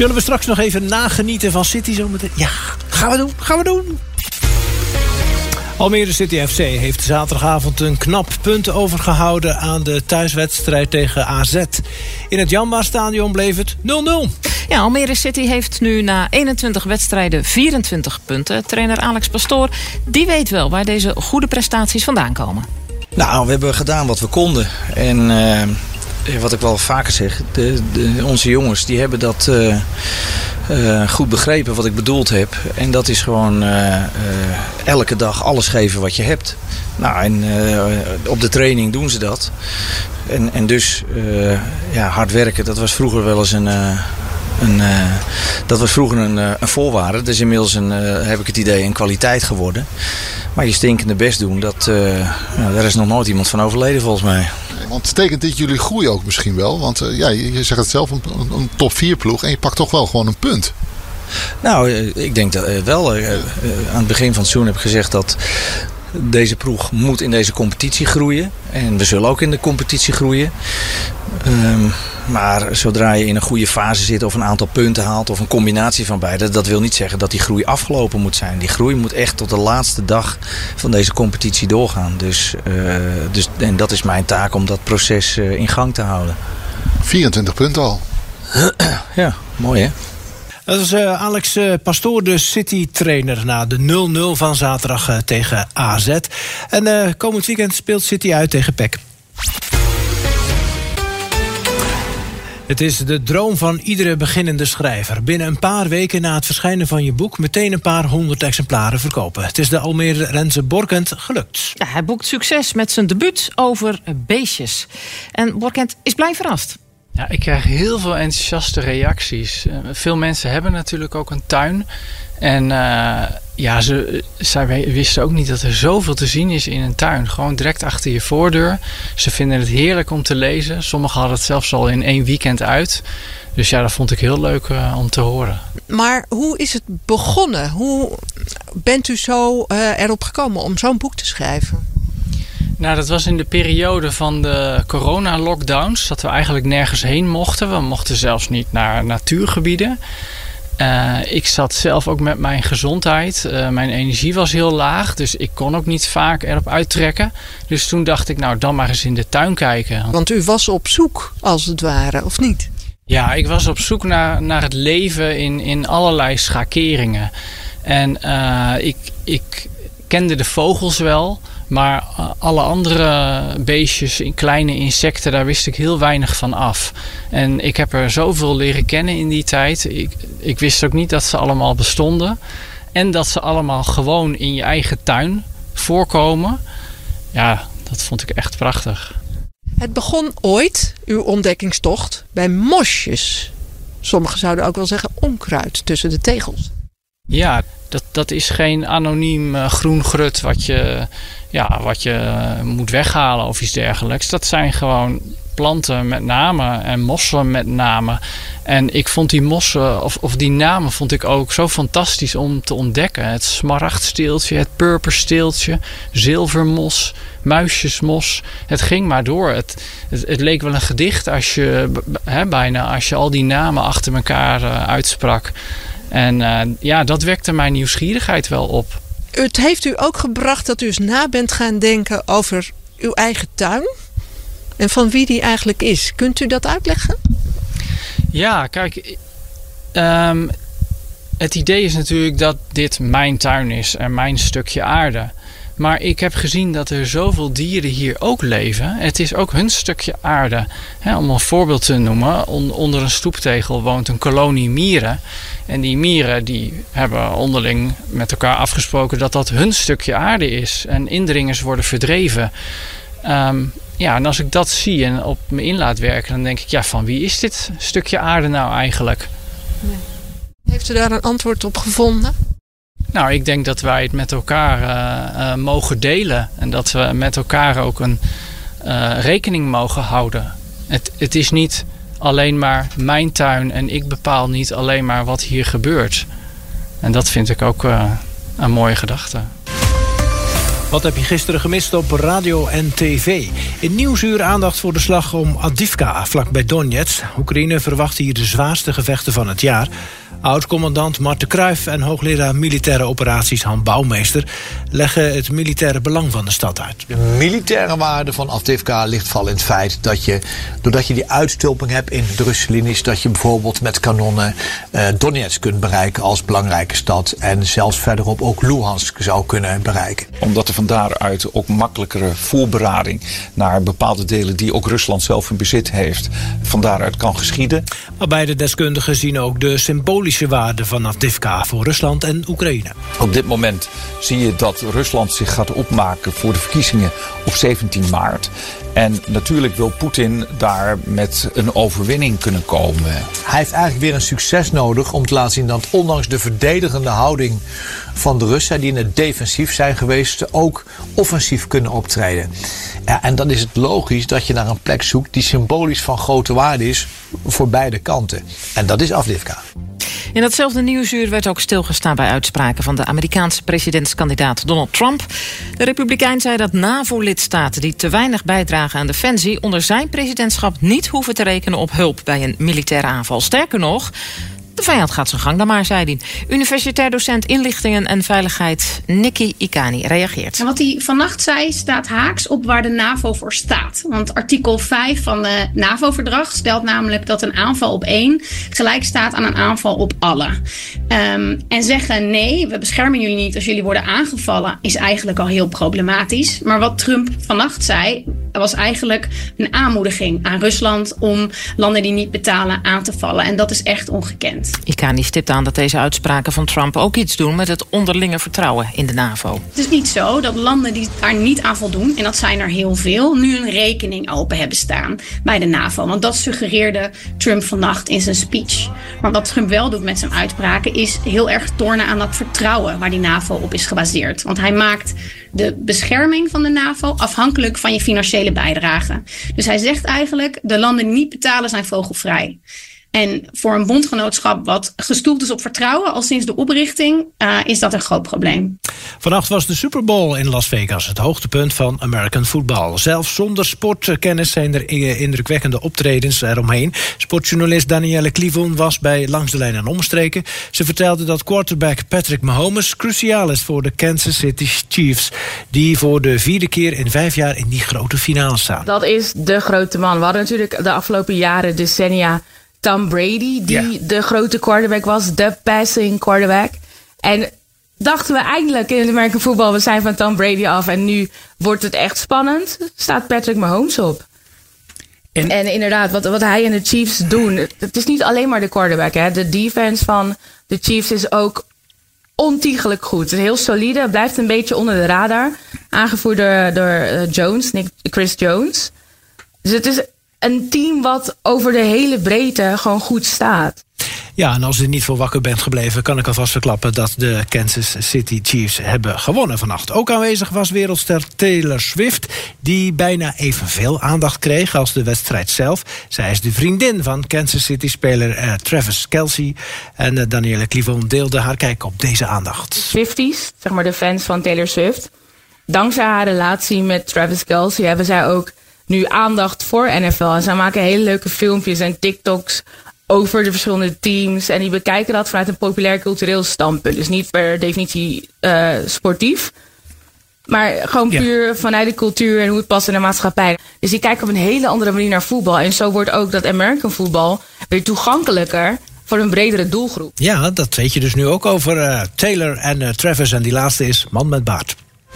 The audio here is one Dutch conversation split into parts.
Zullen we straks nog even nagenieten van City zometeen? Ja, gaan we doen. Almere City FC heeft zaterdagavond een knap punt overgehouden aan de thuiswedstrijd tegen AZ. In het Janmaatstadion bleef het 0-0. Ja, Almere City heeft nu na 21 wedstrijden 24 punten. Trainer Alex Pastoor, die weet wel waar deze goede prestaties vandaan komen. Nou, we hebben gedaan wat we konden. En wat ik wel vaker zeg, onze jongens die hebben dat goed begrepen wat ik bedoeld heb. En dat is gewoon elke dag alles geven wat je hebt. Nou, en op de training doen ze dat. En dus hard werken, dat was vroeger wel eens een voorwaarde. Dat is inmiddels heb ik het idee, een kwaliteit geworden. Maar je stinkende best doen, daar is nog nooit iemand van overleden volgens mij. Want tekent dit jullie groei ook misschien wel? Want je zegt het zelf, een top 4 ploeg en je pakt toch wel gewoon een punt. Nou, ik denk dat wel. Aan het begin van het seizoen heb ik gezegd dat deze ploeg moet in deze competitie groeien. En we zullen ook in de competitie groeien. Maar zodra je in een goede fase zit of een aantal punten haalt of een combinatie van beide, dat wil niet zeggen dat die groei afgelopen moet zijn. Die groei moet echt tot de laatste dag van deze competitie doorgaan. En dat is mijn taak om dat proces in gang te houden. 24 punten al. Ja, mooi hè. Dat is Alex Pastoor, de City-trainer na de 0-0 van zaterdag tegen AZ. En komend weekend speelt City uit tegen PEC. Het is de droom van iedere beginnende schrijver. Binnen een paar weken na het verschijnen van je boek meteen een paar 100 exemplaren verkopen. Het is de Almere Renze Borkent gelukt. Ja, hij boekt succes met zijn debuut over beestjes. En Borkent is blij verrast. Ja, ik krijg heel veel enthousiaste reacties. Veel mensen hebben natuurlijk ook een tuin. En zij wisten ook niet dat er zoveel te zien is in een tuin. Gewoon direct achter je voordeur. Ze vinden het heerlijk om te lezen. Sommigen hadden het zelfs al in 1 weekend uit. Dus ja, dat vond ik heel leuk om te horen. Maar hoe is het begonnen? Hoe bent u zo erop gekomen om zo'n boek te schrijven? Nou, dat was in de periode van de corona-lockdowns. Dat we eigenlijk nergens heen mochten. We mochten zelfs niet naar natuurgebieden. Ik zat zelf ook met mijn gezondheid. Mijn energie was heel laag. Dus ik kon ook niet vaak erop uittrekken. Dus toen dacht ik, nou dan maar eens in de tuin kijken. Want u was op zoek, als het ware, of niet? Ja, ik was op zoek naar het leven in allerlei schakeringen. En ik kende de vogels wel. Maar alle andere beestjes, kleine insecten, daar wist ik heel weinig van af. En ik heb er zoveel leren kennen in die tijd. Ik wist ook niet dat ze allemaal bestonden. En dat ze allemaal gewoon in je eigen tuin voorkomen. Ja, dat vond ik echt prachtig. Het begon ooit, uw ontdekkingstocht, bij mosjes. Sommigen zouden ook wel zeggen onkruid tussen de tegels. Ja, dat is geen anoniem groen grut wat je moet weghalen of iets dergelijks. Dat zijn gewoon planten met namen en mossen met namen. En ik vond die mossen of die namen vond ik ook zo fantastisch om te ontdekken. Het smaragdsteeltje, het purpersteeltje, zilvermos, muisjesmos. Het ging maar door. Het leek wel een gedicht als je al die namen achter elkaar uitsprak. En dat wekte mijn nieuwsgierigheid wel op. Het heeft u ook gebracht dat u eens na bent gaan denken over uw eigen tuin. En van wie die eigenlijk is. Kunt u dat uitleggen? Ja, kijk. Het idee is natuurlijk dat dit mijn tuin is en mijn stukje aarde. Maar ik heb gezien dat er zoveel dieren hier ook leven. Het is ook hun stukje aarde. Om een voorbeeld te noemen. Onder een stoeptegel woont een kolonie mieren. En die mieren die hebben onderling met elkaar afgesproken dat dat hun stukje aarde is. En indringers worden verdreven. En als ik dat zie en op me in laat werken, dan denk ik, ja, van wie is dit stukje aarde nou eigenlijk? Heeft u daar een antwoord op gevonden? Nou, ik denk dat wij het met elkaar mogen delen. En dat we met elkaar ook een rekening mogen houden. Het is niet alleen maar mijn tuin en ik bepaal niet alleen maar wat hier gebeurt. En dat vind ik ook een mooie gedachte. Wat heb je gisteren gemist op radio en tv? In Nieuwsuur aandacht voor de slag om Avdiivka, vlakbij Donetsk. Oekraïne verwacht hier de zwaarste gevechten van het jaar. Oud-commandant Marten Kruijf en hoogleraar militaire operaties Han Bouwmeester leggen het militaire belang van de stad uit. De militaire waarde van Avdiivka ligt vooral in het feit dat je, doordat je die uitstulping hebt in de Russische linies, dat je bijvoorbeeld met kanonnen Donetsk kunt bereiken als belangrijke stad en zelfs verderop ook Luhansk zou kunnen bereiken. Omdat er van daaruit ook makkelijkere voorberading naar bepaalde delen die ook Rusland zelf in bezit heeft, van daaruit kan geschieden. Maar beide deskundigen zien ook de symbolische waarde van Avdiivka voor Rusland en Oekraïne. Op dit moment zie je dat Rusland zich gaat opmaken voor de verkiezingen op 17 maart. En natuurlijk wil Poetin daar met een overwinning kunnen komen. Hij heeft eigenlijk weer een succes nodig om te laten zien dat ondanks de verdedigende houding van de Russen, die in het defensief zijn geweest, ze ook offensief kunnen optreden. Ja, en dan is het logisch dat je naar een plek zoekt die symbolisch van grote waarde is voor beide kanten. En dat is Avdiivka. In datzelfde Nieuwsuur werd ook stilgestaan bij uitspraken van de Amerikaanse presidentskandidaat Donald Trump. De Republikein zei dat NAVO-lidstaten die te weinig bijdragen aan defensie onder zijn presidentschap niet hoeven te rekenen op hulp bij een militaire aanval. Sterker nog, de vijand gaat zijn gang dan maar, zei hij. Universitair docent inlichtingen en veiligheid Nikki Ikani reageert. En wat hij vannacht zei staat haaks op waar de NAVO voor staat. Want artikel 5 van het NAVO-verdrag stelt namelijk dat een aanval op één gelijk staat aan een aanval op alle. En zeggen nee, we beschermen jullie niet als jullie worden aangevallen, is eigenlijk al heel problematisch. Maar wat Trump vannacht zei, was eigenlijk een aanmoediging aan Rusland om landen die niet betalen aan te vallen. En dat is echt ongekend. Ikani stipt aan dat deze uitspraken van Trump ook iets doen met het onderlinge vertrouwen in de NAVO. Het is niet zo dat landen die daar niet aan voldoen, en dat zijn er heel veel, nu een rekening open hebben staan bij de NAVO. Want dat suggereerde Trump vannacht in zijn speech. Maar wat Trump wel doet met zijn uitspraken is heel erg tornen aan dat vertrouwen waar die NAVO op is gebaseerd. Want hij maakt de bescherming van de NAVO afhankelijk van je financiële bijdrage. Dus hij zegt eigenlijk, de landen die niet betalen zijn vogelvrij. En voor een bondgenootschap wat gestoeld is op vertrouwen, al sinds de oprichting, is dat een groot probleem. Vannacht was de Super Bowl in Las Vegas het hoogtepunt van American football. Zelfs zonder sportkennis zijn er indrukwekkende optredens eromheen. Sportjournalist Danielle Clivon was bij Langs de Lijn en Omstreken. Ze vertelde dat quarterback Patrick Mahomes cruciaal is voor de Kansas City Chiefs, die voor de 4e keer in 5 jaar in die grote finale staan. Dat is de grote man. We hadden natuurlijk de afgelopen jaren, decennia, Tom Brady, die de grote quarterback was, de passing quarterback. En dachten we eindelijk in het American football, we zijn van Tom Brady af en nu wordt het echt spannend, staat Patrick Mahomes op. En inderdaad, wat hij en de Chiefs doen, het is niet alleen maar de quarterback. Hè. De defense van de Chiefs is ook ontiegelijk goed. Het is heel solide, het blijft een beetje onder de radar. Aangevoerd door Chris Jones. Dus het is een team wat over de hele breedte gewoon goed staat. Ja, en als u niet voor wakker bent gebleven, kan ik alvast verklappen dat de Kansas City Chiefs hebben gewonnen vannacht. Ook aanwezig was wereldster Taylor Swift, die bijna evenveel aandacht kreeg als de wedstrijd zelf. Zij is de vriendin van Kansas City-speler Travis Kelce. En Danielle Clivon deelde haar kijk op deze aandacht. Swifties, zeg maar de fans van Taylor Swift. Dankzij haar relatie met Travis Kelce hebben zij ook nu aandacht voor NFL. En zij maken hele leuke filmpjes en TikToks over de verschillende teams. En die bekijken dat vanuit een populair cultureel standpunt. Dus niet per definitie sportief. Maar gewoon puur vanuit de cultuur en hoe het past in de maatschappij. Dus die kijken op een hele andere manier naar voetbal. En zo wordt ook dat American voetbal weer toegankelijker voor een bredere doelgroep. Ja, dat weet je dus nu ook over Taylor en Travis. En die laatste is man met baard.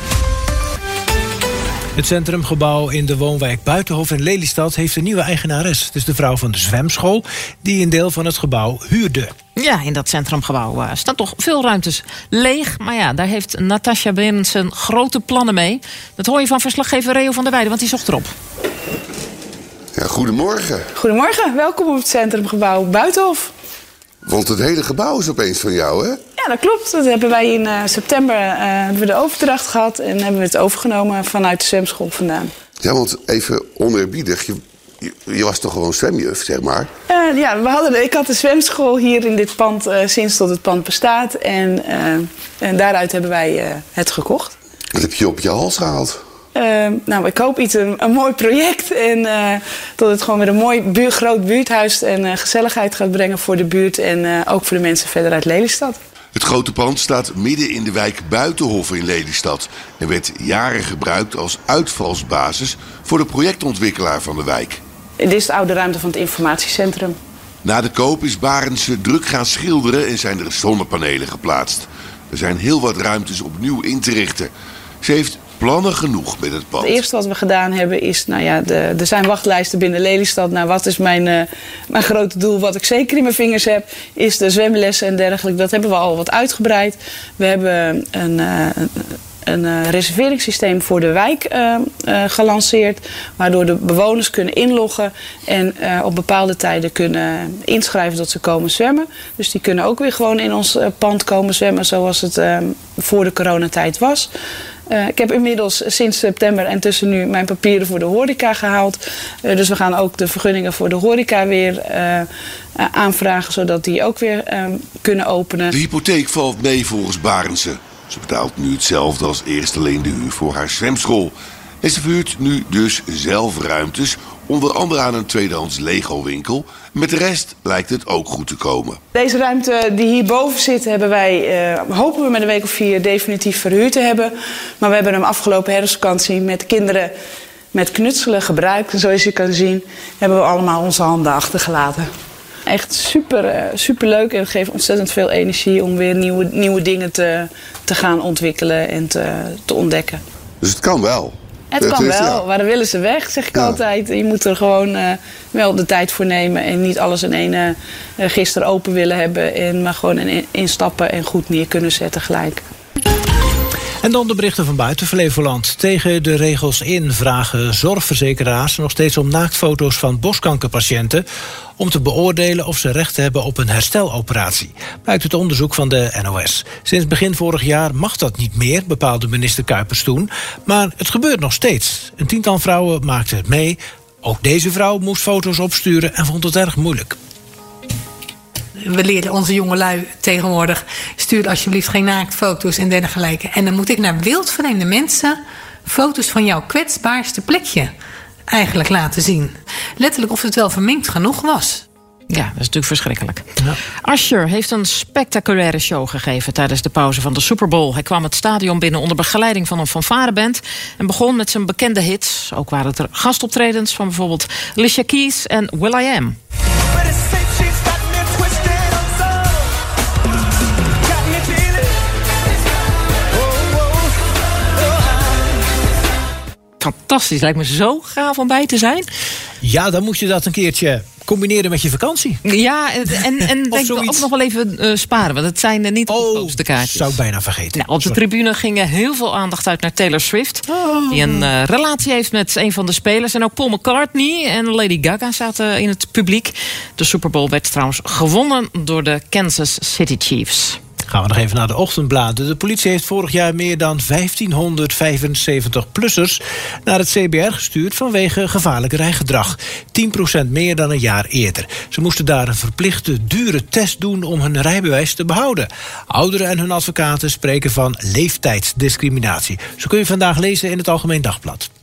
Het centrumgebouw in de woonwijk Buitenhof in Lelystad heeft een nieuwe eigenares. Het is de vrouw van de zwemschool die een deel van het gebouw huurde. Ja, in dat centrumgebouw staan toch veel ruimtes leeg. Maar ja, daar heeft Natasja Berendsen grote plannen mee. Dat hoor je van verslaggever Reo van der Weijden, want die zocht erop. Ja, goedemorgen. Goedemorgen, welkom op het centrumgebouw Buitenhof. Want het hele gebouw is opeens van jou, hè? Ja, dat klopt. Dat hebben wij in september hebben we de overdracht gehad en hebben we het overgenomen vanuit de zwemschool vandaan. Ja, want even oneerbiedig, je was toch gewoon zwemjuf, zeg maar? Ja, ik had de zwemschool hier in dit pand sinds dat het pand bestaat en daaruit hebben wij het gekocht. Wat heb je op je hals gehaald? Ik hoop een mooi project. En dat het gewoon weer een mooi groot buurthuis en gezelligheid gaat brengen voor de buurt. En ook voor de mensen verder uit Lelystad. Het grote pand staat midden in de wijk Buitenhof in Lelystad. En werd jaren gebruikt als uitvalsbasis voor de projectontwikkelaar van de wijk. Dit is de oude ruimte van het informatiecentrum. Na de koop is Barendse druk gaan schilderen en zijn er zonnepanelen geplaatst. Er zijn heel wat ruimtes opnieuw in te richten. Ze heeft plannen genoeg met het pand. Het eerste wat we gedaan hebben is, er zijn wachtlijsten binnen Lelystad. Nou, wat is mijn grote doel, wat ik zeker in mijn vingers heb, is de zwemlessen en dergelijke. Dat hebben we al wat uitgebreid. We hebben een reserveringssysteem voor de wijk gelanceerd. Waardoor de bewoners kunnen inloggen en op bepaalde tijden kunnen inschrijven dat ze komen zwemmen. Dus die kunnen ook weer gewoon in ons pand komen zwemmen zoals het voor de coronatijd was. Ik heb inmiddels sinds september en tussen nu mijn papieren voor de horeca gehaald. Dus we gaan ook de vergunningen voor de horeca weer aanvragen, zodat die ook weer kunnen openen. De hypotheek valt mee volgens Barendse. Ze betaalt nu hetzelfde als eerst alleen de huur voor haar zwemschool. En ze verhuurt nu dus zelf ruimtes, onder andere aan een tweedehands Lego-winkel. Met de rest lijkt het ook goed te komen. Deze ruimte die hierboven zit, hopen we met een week of 4 definitief verhuurd te hebben. Maar we hebben hem afgelopen herfstvakantie met de kinderen met knutselen gebruikt. En zoals je kan zien hebben we allemaal onze handen achtergelaten. Echt super leuk en het geeft ontzettend veel energie om weer nieuwe dingen te gaan ontwikkelen en te ontdekken. Dus het kan wel? Het kan wel. Waar willen ze weg, zeg ik altijd. Je moet er gewoon wel de tijd voor nemen en niet alles in één gisteren open willen hebben. Maar gewoon instappen en goed neer kunnen zetten gelijk. En dan de berichten van buiten Flevoland. Tegen de regels in vragen zorgverzekeraars nog steeds om naaktfoto's van borstkankerpatiënten om te beoordelen of ze recht hebben op een hersteloperatie, blijkt uit onderzoek van de NOS. Sinds begin vorig jaar mag dat niet meer, bepaalde minister Kuipers toen. Maar het gebeurt nog steeds. Een 10-tal vrouwen maakten het mee. Ook deze vrouw moest foto's opsturen en vond het erg moeilijk. We leren onze jongelui tegenwoordig, stuur alsjeblieft geen naaktfoto's en dergelijke. En dan moet ik naar wildvreemde mensen foto's van jouw kwetsbaarste plekje eigenlijk laten zien. Letterlijk of het wel verminkt genoeg was. Ja, dat is natuurlijk verschrikkelijk. Ja. Usher heeft een spectaculaire show gegeven tijdens de pauze van de Super Bowl. Hij kwam het stadion binnen onder begeleiding van een fanfareband en begon met zijn bekende hits. Ook waren het er gastoptredens van bijvoorbeeld Alicia Keys en will.i.am. Fantastisch, lijkt me zo gaaf om bij te zijn. Ja, dan moet je dat een keertje combineren met je vakantie. Ja, en denk ik ook nog wel even sparen, want het zijn niet de goedkoopste kaartjes. Zou ik bijna vergeten. Nou, op de tribune ging heel veel aandacht uit naar Taylor Swift. Die een relatie heeft met een van de spelers. En ook Paul McCartney en Lady Gaga zaten in het publiek. De Super Bowl werd trouwens gewonnen door de Kansas City Chiefs. Gaan we nog even naar de ochtendbladen. De politie heeft vorig jaar meer dan 1575-plussers naar het CBR gestuurd vanwege gevaarlijk rijgedrag. 10% meer dan een jaar eerder. Ze moesten daar een verplichte, dure test doen om hun rijbewijs te behouden. Ouderen en hun advocaten spreken van leeftijdsdiscriminatie. Zo kun je vandaag lezen in het Algemeen Dagblad.